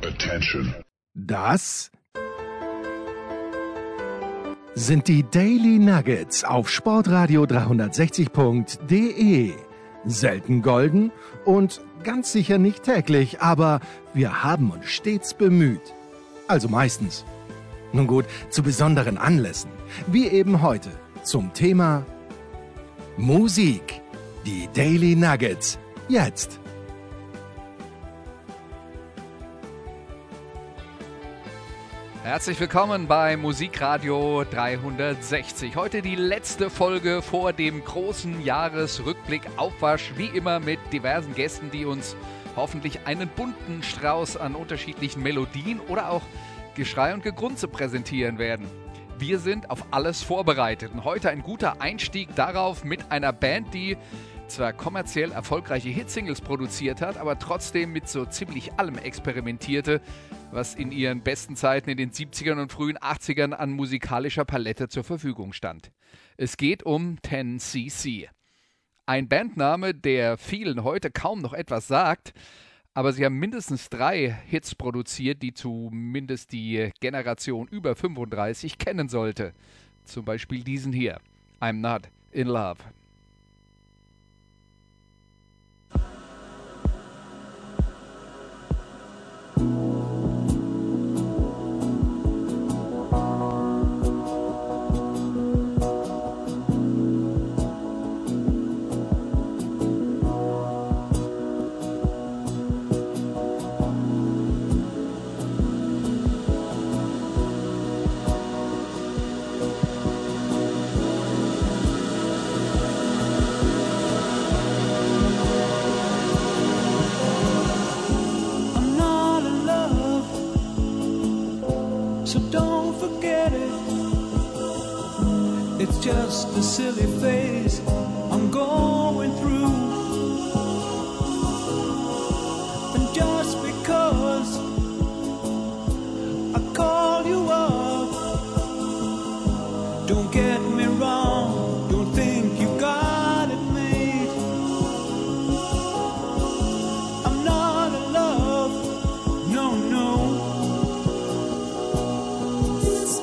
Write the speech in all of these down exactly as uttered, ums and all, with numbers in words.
Attention. Das sind die Daily Nuggets auf Sportradio dreihundertsechzig Punkt de. Selten golden und ganz sicher nicht täglich, aber wir haben uns stets bemüht. Also meistens. Nun gut, zu besonderen Anlässen, wie eben heute, zum Thema Musik. Die Daily Nuggets, jetzt. Herzlich willkommen bei Musikradio dreihundertsechzig. Heute die letzte Folge vor dem großen Jahresrückblick Aufwasch, wie immer mit diversen Gästen, die uns hoffentlich einen bunten Strauß an unterschiedlichen Melodien oder auch Geschrei und Gegrunze präsentieren werden. Wir sind auf alles vorbereitet und heute ein guter Einstieg darauf mit einer Band, die zwar kommerziell erfolgreiche Hitsingles produziert hat, aber trotzdem mit so ziemlich allem experimentierte, was in ihren besten Zeiten in den siebzigern und frühen achtzigern an musikalischer Palette zur Verfügung stand. Es geht um zehn C C. Ein Bandname, der vielen heute kaum noch etwas sagt, aber sie haben mindestens drei Hits produziert, die zumindest die Generation über fünfunddreißig kennen sollte. Zum Beispiel diesen hier, I'm Not in Love. It's just a silly phase I'm going through. And just because I call you up, don't get me wrong, don't think you got it made. I'm not in love, no, no. It's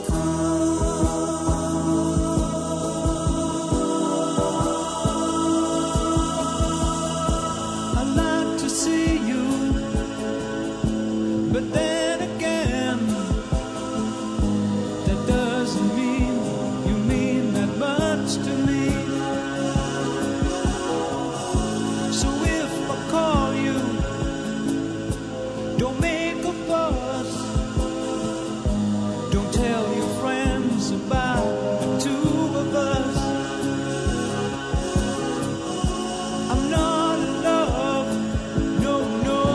but then again, that doesn't mean you mean that much to me. So if I call you, don't make a fuss. Don't tell your friends about the two of us. I'm not in love, no, no.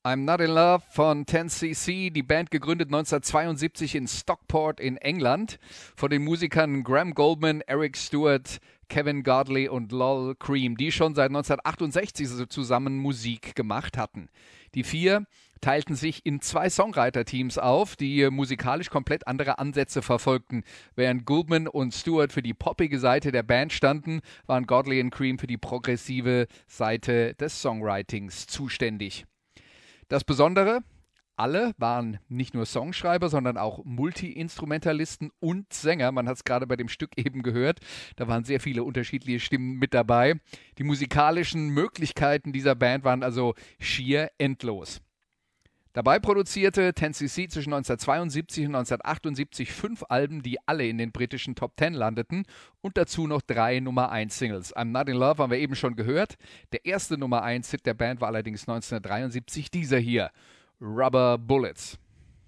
I'm Not in Love von ten C C, die Band gegründet neunzehnhundertzweiundsiebzig in Stockport in England von den Musikern Graham Goldman, Eric Stewart, Kevin Godley und Lol Cream, die schon seit neunzehnhundertachtundsechzig zusammen Musik gemacht hatten. Die vier teilten sich in zwei Songwriter-Teams auf, die musikalisch komplett andere Ansätze verfolgten. Während Goldman und Stewart für die poppige Seite der Band standen, waren Godley und Cream für die progressive Seite des Songwritings zuständig. Das Besondere, alle waren nicht nur Songschreiber, sondern auch Multi-Instrumentalisten und Sänger. Man hat es gerade bei dem Stück eben gehört. Da waren sehr viele unterschiedliche Stimmen mit dabei. Die musikalischen Möglichkeiten dieser Band waren also schier endlos. Dabei produzierte ten C C zwischen neunzehnhundertzweiundsiebzig und neunzehnhundertachtundsiebzig fünf Alben, die alle in den britischen Top Ten landeten und dazu noch drei Nummer eins Singles. I'm Not in Love haben wir eben schon gehört. Der erste Nummer eins Hit der Band war allerdings neunzehnhundertdreiundsiebzig dieser hier, Rubber Bullets.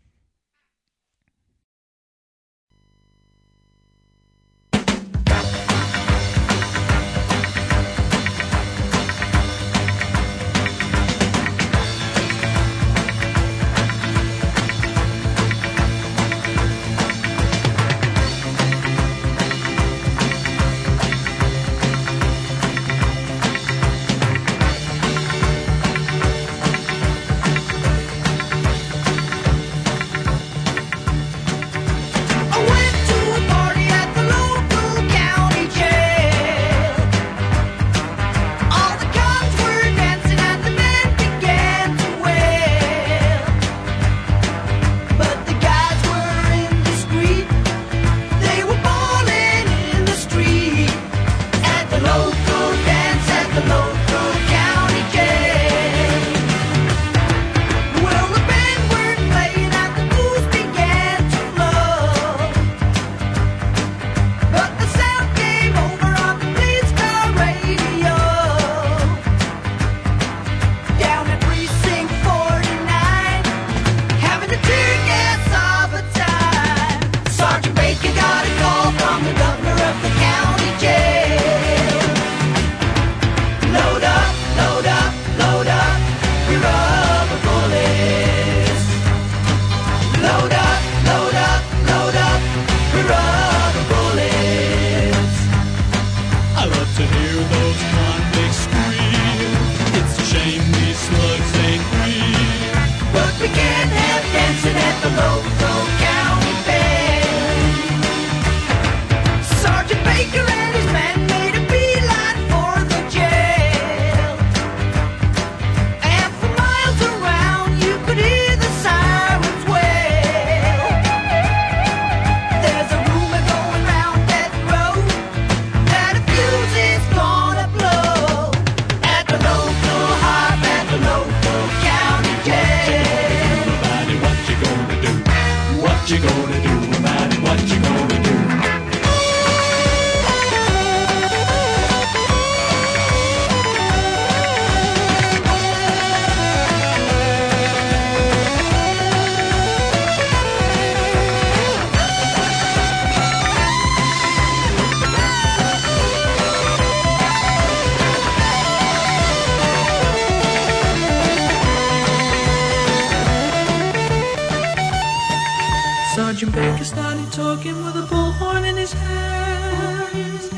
Sergeant Baker started talking with a bullhorn in his hand.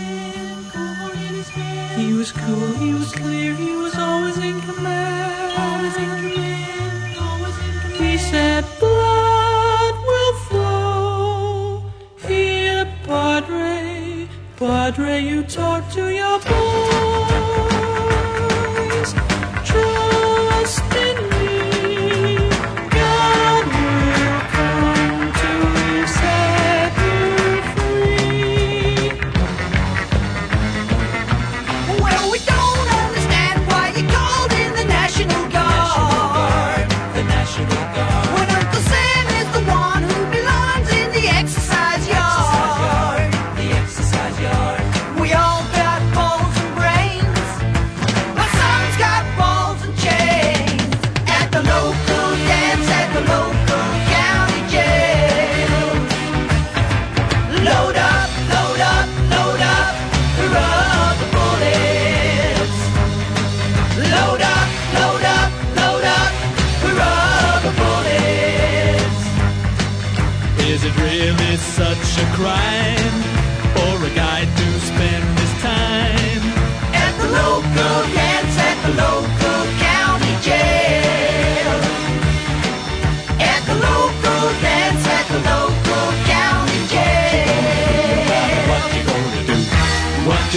He was cool, he was clear, he was always in command. Always in command, always in command. He said, blood will flow. Here, Padre, Padre, you talk to your boys. Trust in me, God will come to set you free. Well, we don't understand why you called in the National Guard. The National Guard. When Uncle Sam is the one who belongs in the exercise yard. The exercise yard. We all got balls and brains.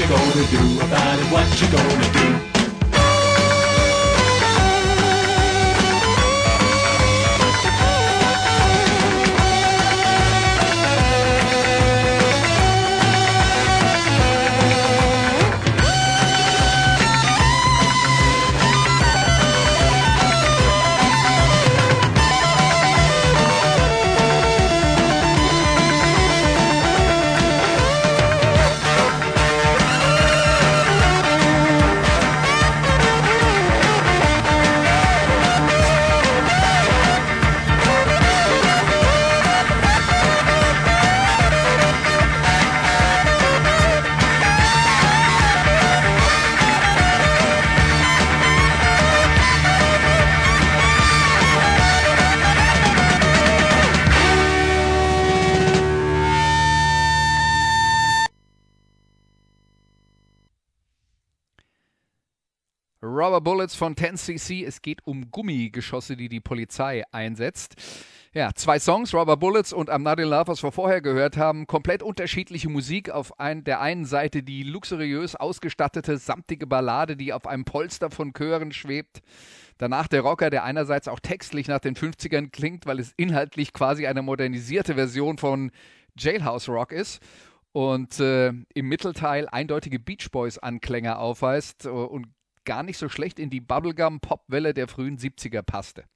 you gonna do about it? What you gonna do? Rubber Bullets von ten C C. Es geht um Gummigeschosse, die die Polizei einsetzt. Ja, zwei Songs, Rubber Bullets und I'm Not in Love, was wir vorher gehört haben. Komplett unterschiedliche Musik. Auf ein, der einen Seite die luxuriös ausgestattete, samtige Ballade, die auf einem Polster von Chören schwebt. Danach der Rocker, der einerseits auch textlich nach den fünfzigern klingt, weil es inhaltlich quasi eine modernisierte Version von Jailhouse Rock ist. Und äh, im Mittelteil eindeutige Beach Boys-Anklänge aufweist und gar nicht so schlecht in die Bubblegum-Pop-Welle der frühen siebziger passte.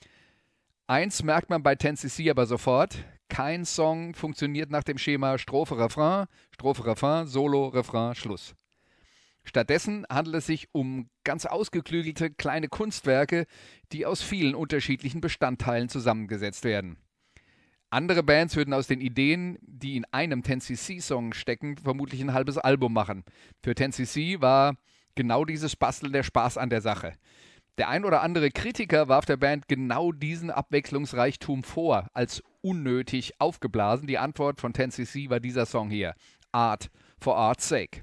Eins merkt man bei ten C C aber sofort: kein Song funktioniert nach dem Schema Strophe, Refrain, Strophe, Refrain, Solo, Refrain, Schluss. Stattdessen handelt es sich um ganz ausgeklügelte kleine Kunstwerke, die aus vielen unterschiedlichen Bestandteilen zusammengesetzt werden. Andere Bands würden aus den Ideen, die in einem ten C C-Song stecken, vermutlich ein halbes Album machen. Für ten C C war genau dieses Basteln der Spaß an der Sache. Der ein oder andere Kritiker warf der Band genau diesen Abwechslungsreichtum vor, als unnötig aufgeblasen. Die Antwort von ten C C war dieser Song hier: Art for Art's Sake.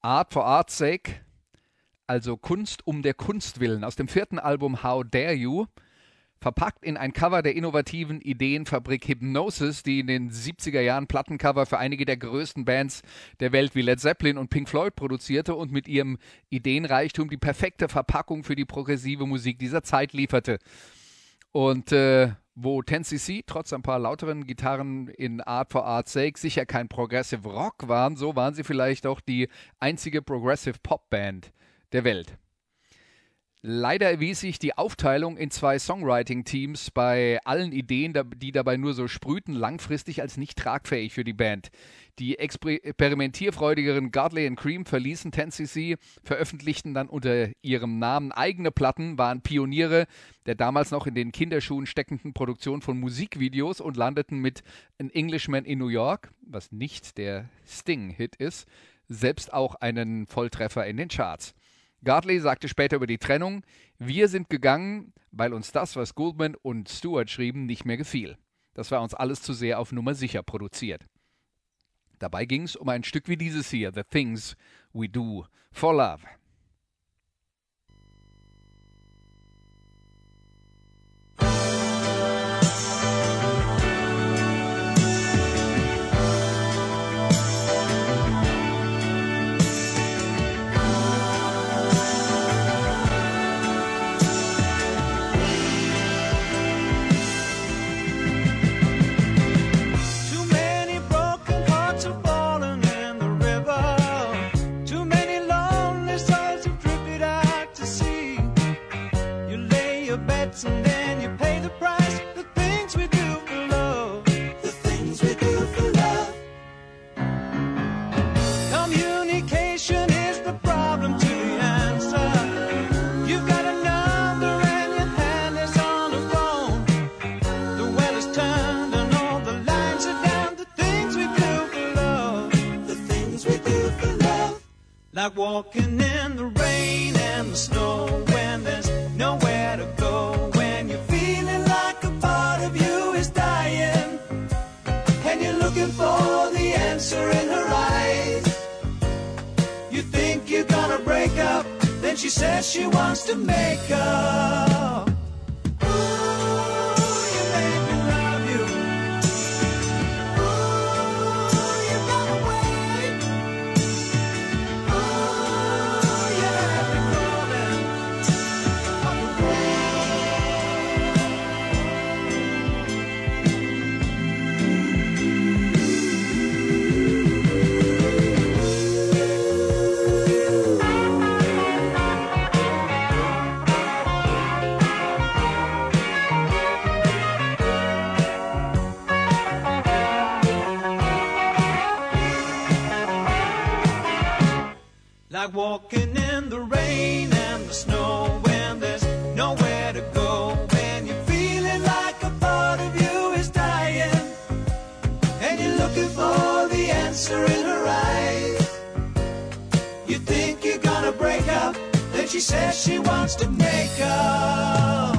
Art for Art's Sake, also Kunst um der Kunst willen, aus dem vierten Album How Dare You, verpackt in ein Cover der innovativen Ideenfabrik Hipgnosis, die in den siebziger Jahren Plattencover für einige der größten Bands der Welt wie Led Zeppelin und Pink Floyd produzierte und mit ihrem Ideenreichtum die perfekte Verpackung für die progressive Musik dieser Zeit lieferte. Und äh, wo ten C C trotz ein paar lauteren Gitarren in Art for Art's Sake sicher kein Progressive Rock waren, so waren sie vielleicht auch die einzige Progressive Pop Band der Welt. Leider erwies sich die Aufteilung in zwei Songwriting-Teams bei allen Ideen, die dabei nur so sprühten, langfristig als nicht tragfähig für die Band. Die experimentierfreudigeren Godley and Cream verließen ten C C, veröffentlichten dann unter ihrem Namen eigene Platten, waren Pioniere der damals noch in den Kinderschuhen steckenden Produktion von Musikvideos und landeten mit An Englishman in New York, was nicht der Sting-Hit ist, selbst auch einen Volltreffer in den Charts. Godley sagte später über die Trennung: Wir sind gegangen, weil uns das, was Goldman und Stewart schrieben, nicht mehr gefiel. Das war uns alles zu sehr auf Nummer sicher produziert. Dabei ging es um ein Stück wie dieses hier, The Things We Do for Love. And then you pay the price. The things we do for love. The things we do for love. Communication is the problem to the answer. You've got a number and your hand is on the phone. The well is turned and all the lines are down. The things we do for love. The things we do for love. Like walking in the rain and the snow when there's nowhere to go. For the answer in her eyes, you think you're gonna break up, then she says she wants to make up. Ooh, you made me love you. Ooh, you got away. Ooh, you had me calling on the phone. Like walking in the rain and the snow when there's nowhere to go. When you're feeling like a part of you is dying and you're looking for the answer in her eyes. You think you're gonna break up, then she says she wants to make up.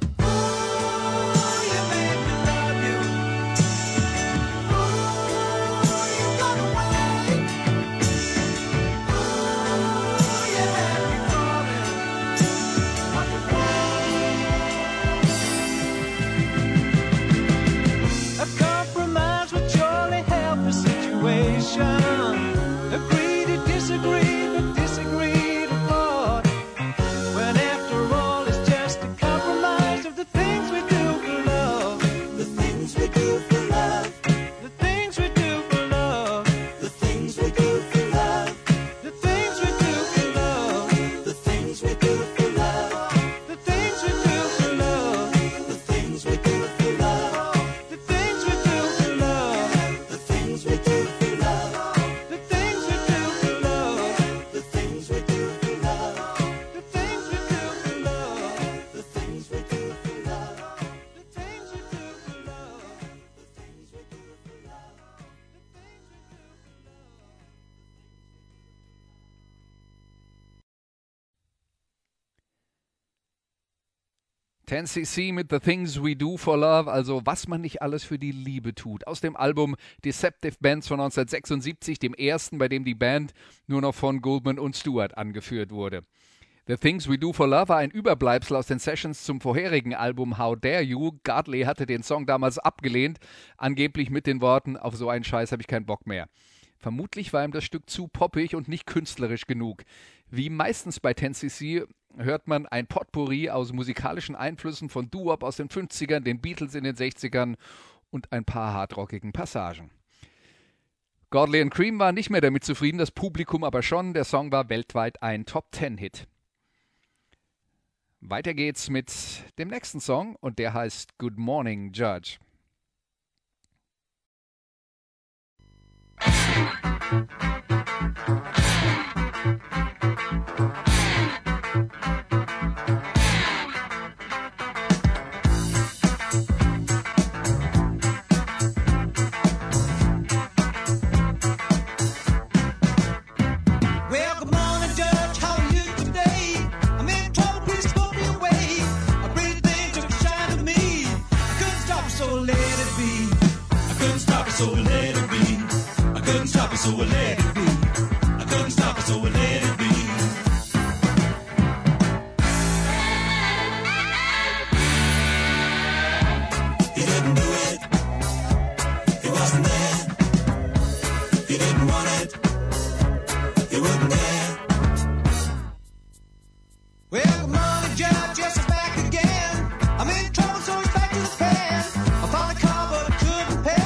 Agree to disagree, but disagree to part. When after all it's just a ten C C mit The Things We Do for Love, also was man nicht alles für die Liebe tut. Aus dem Album Deceptive Bands von neunzehnhundertsechsundsiebzig, dem ersten, bei dem die Band nur noch von Goldman und Stewart angeführt wurde. The Things We Do for Love war ein Überbleibsel aus den Sessions zum vorherigen Album How Dare You. Godley hatte den Song damals abgelehnt, angeblich mit den Worten, auf so einen Scheiß habe ich keinen Bock mehr. Vermutlich war ihm das Stück zu poppig und nicht künstlerisch genug. Wie meistens bei ten C C hört man ein Potpourri aus musikalischen Einflüssen von Doo-Wop aus den fünfzigern, den Beatles in den sechzigern und ein paar hardrockigen Passagen. Godley and Cream waren nicht mehr damit zufrieden, das Publikum aber schon. Der Song war weltweit ein Top-Ten-Hit. Weiter geht's mit dem nächsten Song und der heißt Good Morning, Judge. So I let it be. I couldn't stop it, so I let it be. I couldn't stop it, so I let it be. He didn't do it. He wasn't there. He didn't want it. He wouldn't dare. Well, good morning, Judge. Yes, I'm back again. I'm in trouble, so it's back to the pen. I found a car, but I couldn't pay.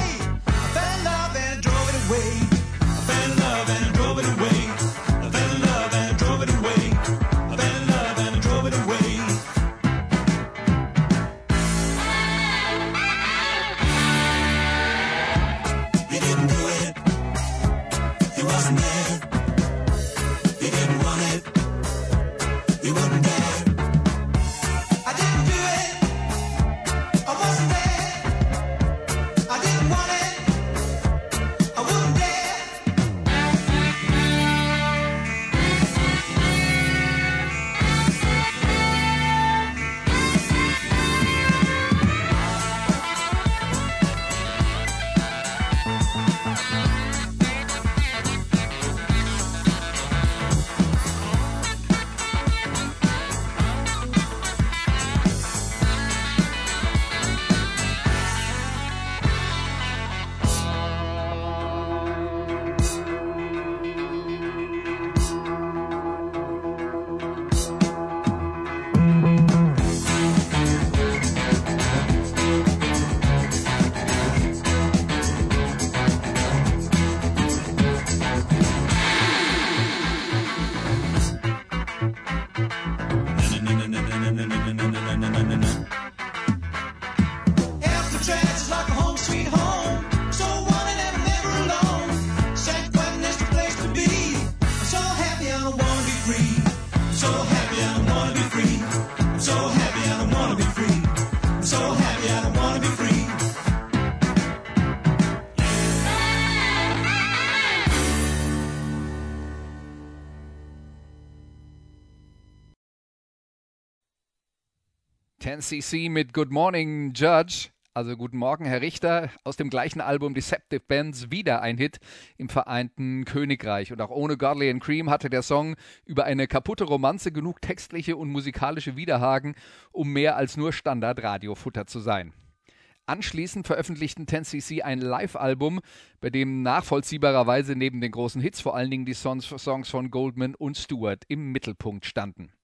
ten C C mit Good Morning, Judge. Also Guten Morgen, Herr Richter. Aus dem gleichen Album Deceptive Bands wieder ein Hit im Vereinten Königreich. Und auch ohne Godley and Cream hatte der Song über eine kaputte Romanze genug textliche und musikalische Widerhaken, um mehr als nur Standard-Radiofutter zu sein. Anschließend veröffentlichten ten C C ein Live-Album, bei dem nachvollziehbarerweise neben den großen Hits vor allen Dingen die Songs von Goldman und Stewart im Mittelpunkt standen.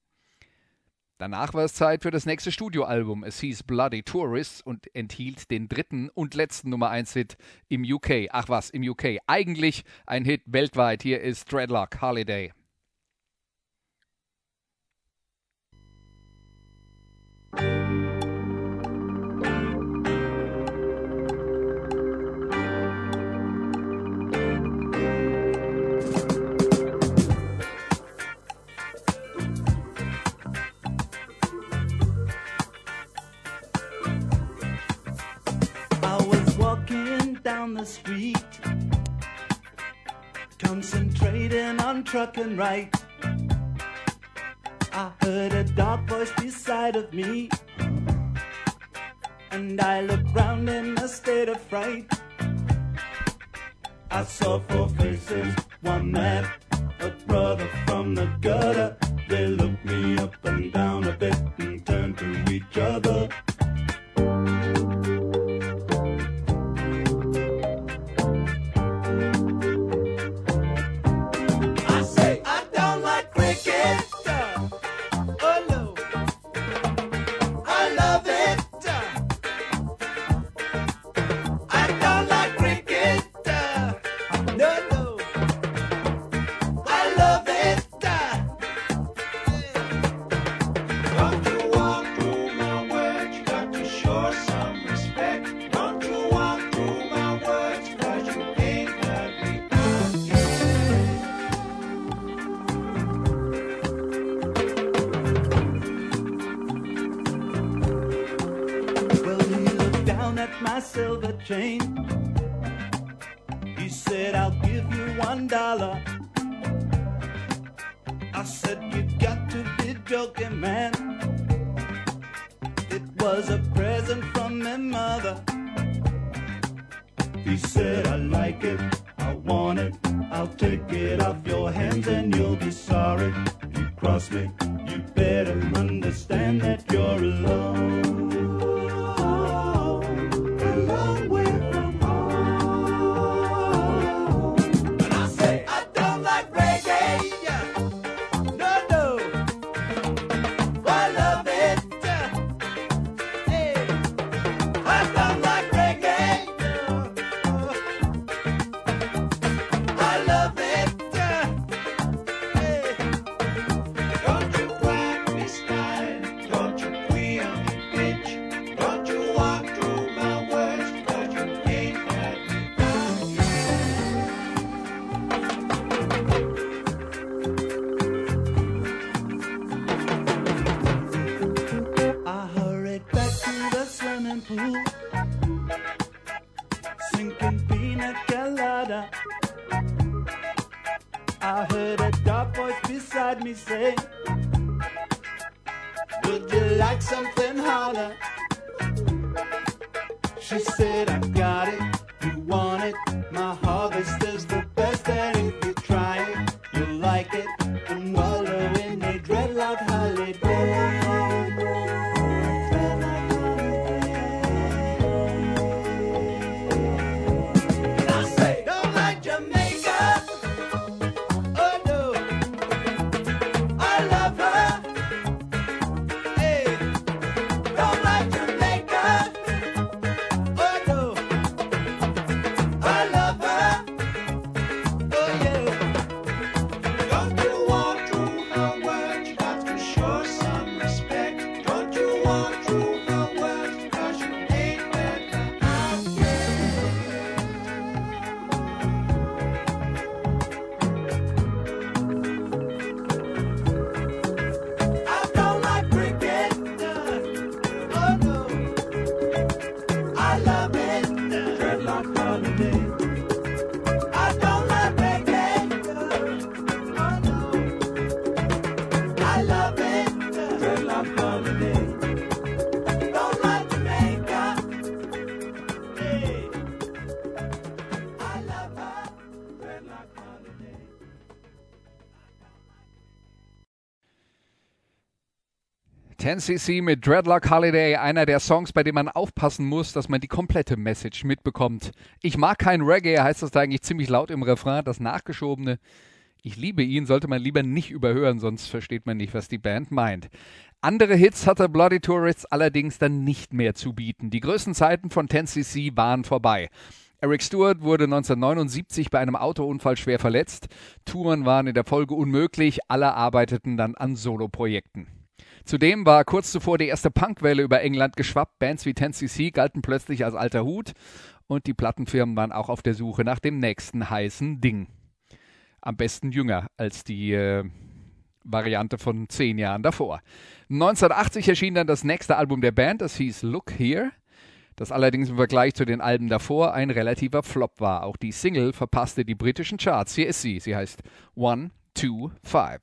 Danach war es Zeit für das nächste Studioalbum. Es hieß Bloody Tourists und enthielt den dritten und letzten Nummer eins Hit im U K. Ach was, im U K. Eigentlich ein Hit weltweit. Hier ist Dreadlock Holiday. Down the street, concentrating on trucking right. I heard a dark voice beside of me. and I looked round in a state of fright. I saw four faces, one man, a brother from the gutter. They looked me up and down a bit and turned to each other. I say I don't like cricket. Oh no, I love it. I don't like cricket. No, no, I love it. Don't you walk through my words, you got to show some respect. Don't you walk through my words, cause you ain't heard me out yet. Well, he looked down at my silver chain. He said, I'll give you one dollar. I said, you got to be joking, man. It was a present from my mother. He said, I like it, I want it. I'll take it off your hands and you'll be sorry. You cross me, you better understand that you're alone. A long way from home. And I say, I don't like reggae. No, no, I love it. Hey, I don't like reggae. I love it. Hey, don't you whack me style, don't you wheel me bitch, don't you walk through my words, cause you ain't heard me out yet. I hurried back to the swimming pool, sinking pina colada. I heard a dark voice beside me say, would you like something harder? She said, I got it, you want it. My harvest is the best, and if you try it, you'll like it. And wallow in a dreadlock holiday. Dreadlock holiday. And I say, don't like Jamaica. Oh no, I love her. Hey, don't like Jamaica. Oh no, I love her. Oh yeah. Don't you walk through my words, you got to show some respect. Don't you walk through my words, cause you ain't heard me out yet. I don't like cricket. Oh no, I love it. Dreadlock holiday. I don't like reggae. Oh no, I love it. Dreadlock holiday. Don't like Jamaica. Hey, I love her. Dreadlock holiday. ten C C mit Dreadlock Holiday, einer der Songs, bei dem man aufpassen muss, dass man die komplette Message mitbekommt. Ich mag kein Reggae, heißt das da eigentlich ziemlich laut im Refrain, das Nachgeschobene. Ich liebe ihn, sollte man lieber nicht überhören, sonst versteht man nicht, was die Band meint. Andere Hits hatte Bloody Tourists allerdings dann nicht mehr zu bieten. Die größten Zeiten von ten C C waren vorbei. Eric Stewart wurde neunzehnhundertneunundsiebzig bei einem Autounfall schwer verletzt. Touren waren in der Folge unmöglich, alle arbeiteten dann an Soloprojekten. Zudem war kurz zuvor die erste Punkwelle über England geschwappt. Bands wie ten C C galten plötzlich als alter Hut und die Plattenfirmen waren auch auf der Suche nach dem nächsten heißen Ding. Am besten jünger als die äh, Variante von zehn Jahren davor. neunzehnhundertachtzig erschien dann das nächste Album der Band, das hieß Look Here, das allerdings im Vergleich zu den Alben davor ein relativer Flop war. Auch die Single verpasste die britischen Charts. Hier ist sie, sie heißt One, Two, Five.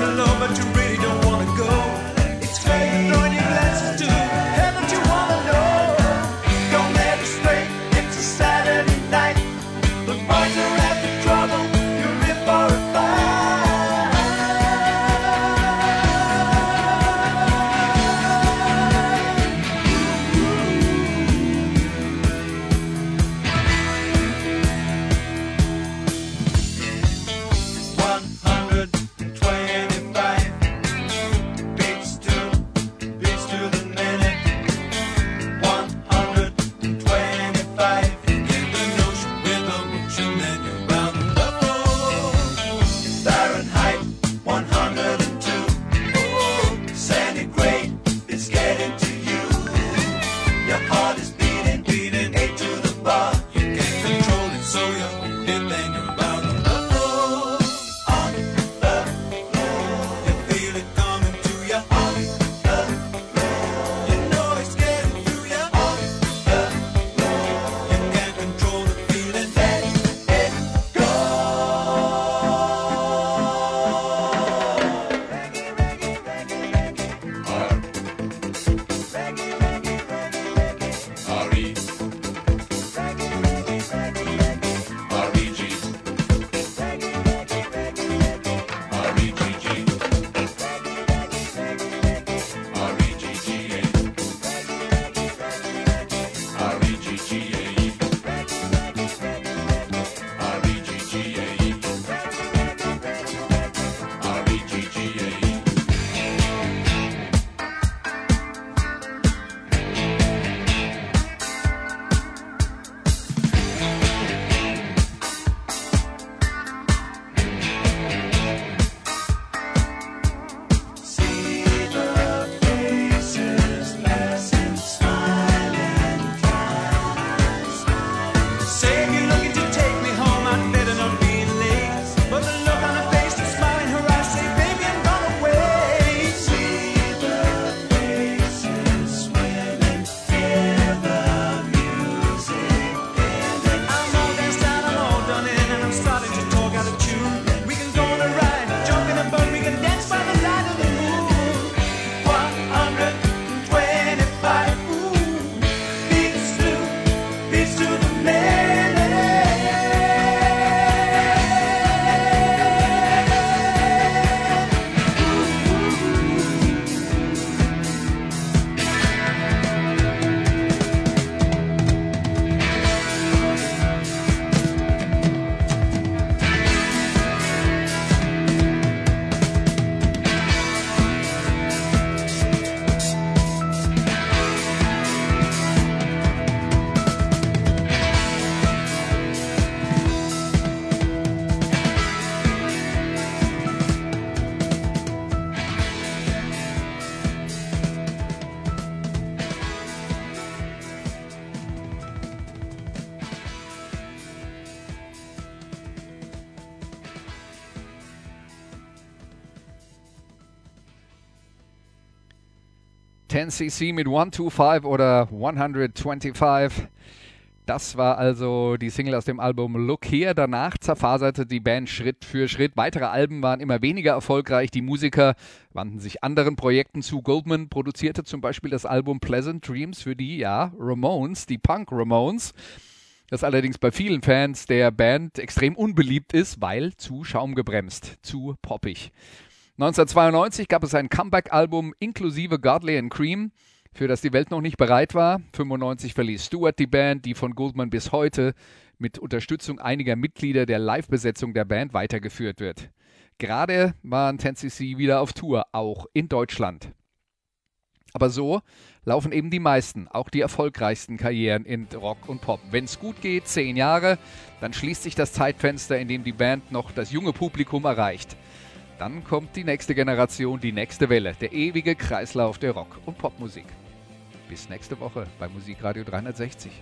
hello, but you really don't wanna go. It's fate throwing you glances to heaven you wanna know. Don't let it stray, it's a Saturday night. The boys are after trouble, you're in for a fight. One hundred twenty-five beats to beats to the minute. One hundred twenty-five. Get the notion with the motion and you're round the floor. Fahrenheit one hundred two. Centigrade, it's getting to you. Your heart is beating, beating eight to the bar. You can't control it, so you're hit and you're bound on the floor. On the floor, you feel it coming to you. On the floor, you know it's getting to you. On the floor, you can't control the feeling. Let it go. Reggae, reggae, reggae, reggae. Reggae, reggae, reggae, reggae. R-E, Reggae, reggae, reggae, reggae. R-E-G, Reggae, reggae, reggae, reggae. R-E-G-G, R-E-G-G-A, R-E-G-G-A-E, R-E-G-G-A-E, R-E-G-G-A-E. See the faces passing, smiling times. Saying you're looking to take me home, I'd better not be late. But the look on her face, the smile in her eyes, say, baby, I'm gone away. See the faces swimming, hear the music ending. I'm all danced out, I'm all done in, and I'm starting to talk out of tune. We can go on a ride, jump in a boat, we can dance by the light of the moon. one hundred twenty-five, ooh, beats to, beats to the minute. ten C C mit hundertfünfundzwanzig oder hundertfünfundzwanzig. Das war also die Single aus dem Album Look Here. Danach zerfaserte die Band Schritt für Schritt. Weitere Alben waren immer weniger erfolgreich. Die Musiker wandten sich anderen Projekten zu. Goldman produzierte zum Beispiel das Album Pleasant Dreams für die, ja, Ramones, die Punk Ramones. Das allerdings bei vielen Fans der Band extrem unbeliebt ist, weil zu schaumgebremst, zu poppig. neunzehnhundertzweiundneunzig gab es ein Comeback-Album inklusive Godley and Cream, für das die Welt noch nicht bereit war. fünfundneunzig verließ Stewart die Band, die von Goldman bis heute mit Unterstützung einiger Mitglieder der Live-Besetzung der Band weitergeführt wird. Gerade waren ten C C wieder auf Tour, auch in Deutschland. Aber so laufen eben die meisten, auch die erfolgreichsten Karrieren in Rock und Pop. Wenn es gut geht, zehn Jahre, dann schließt sich das Zeitfenster, in dem die Band noch das junge Publikum erreicht. Dann kommt die nächste Generation, die nächste Welle, der ewige Kreislauf der Rock- und Popmusik. Bis nächste Woche bei Musikradio dreihundertsechzig.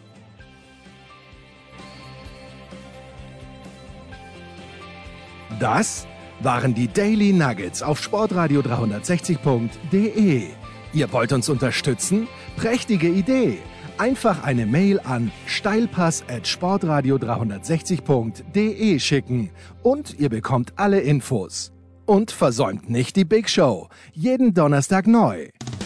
Das waren die Daily Nuggets auf sportradio dreihundertsechzig punkt de. Ihr wollt uns unterstützen? Prächtige Idee! Einfach eine Mail an steilpass at sportradio dreihundertsechzig punkt de schicken und ihr bekommt alle Infos. Und versäumt nicht die Big Show. Jeden Donnerstag neu.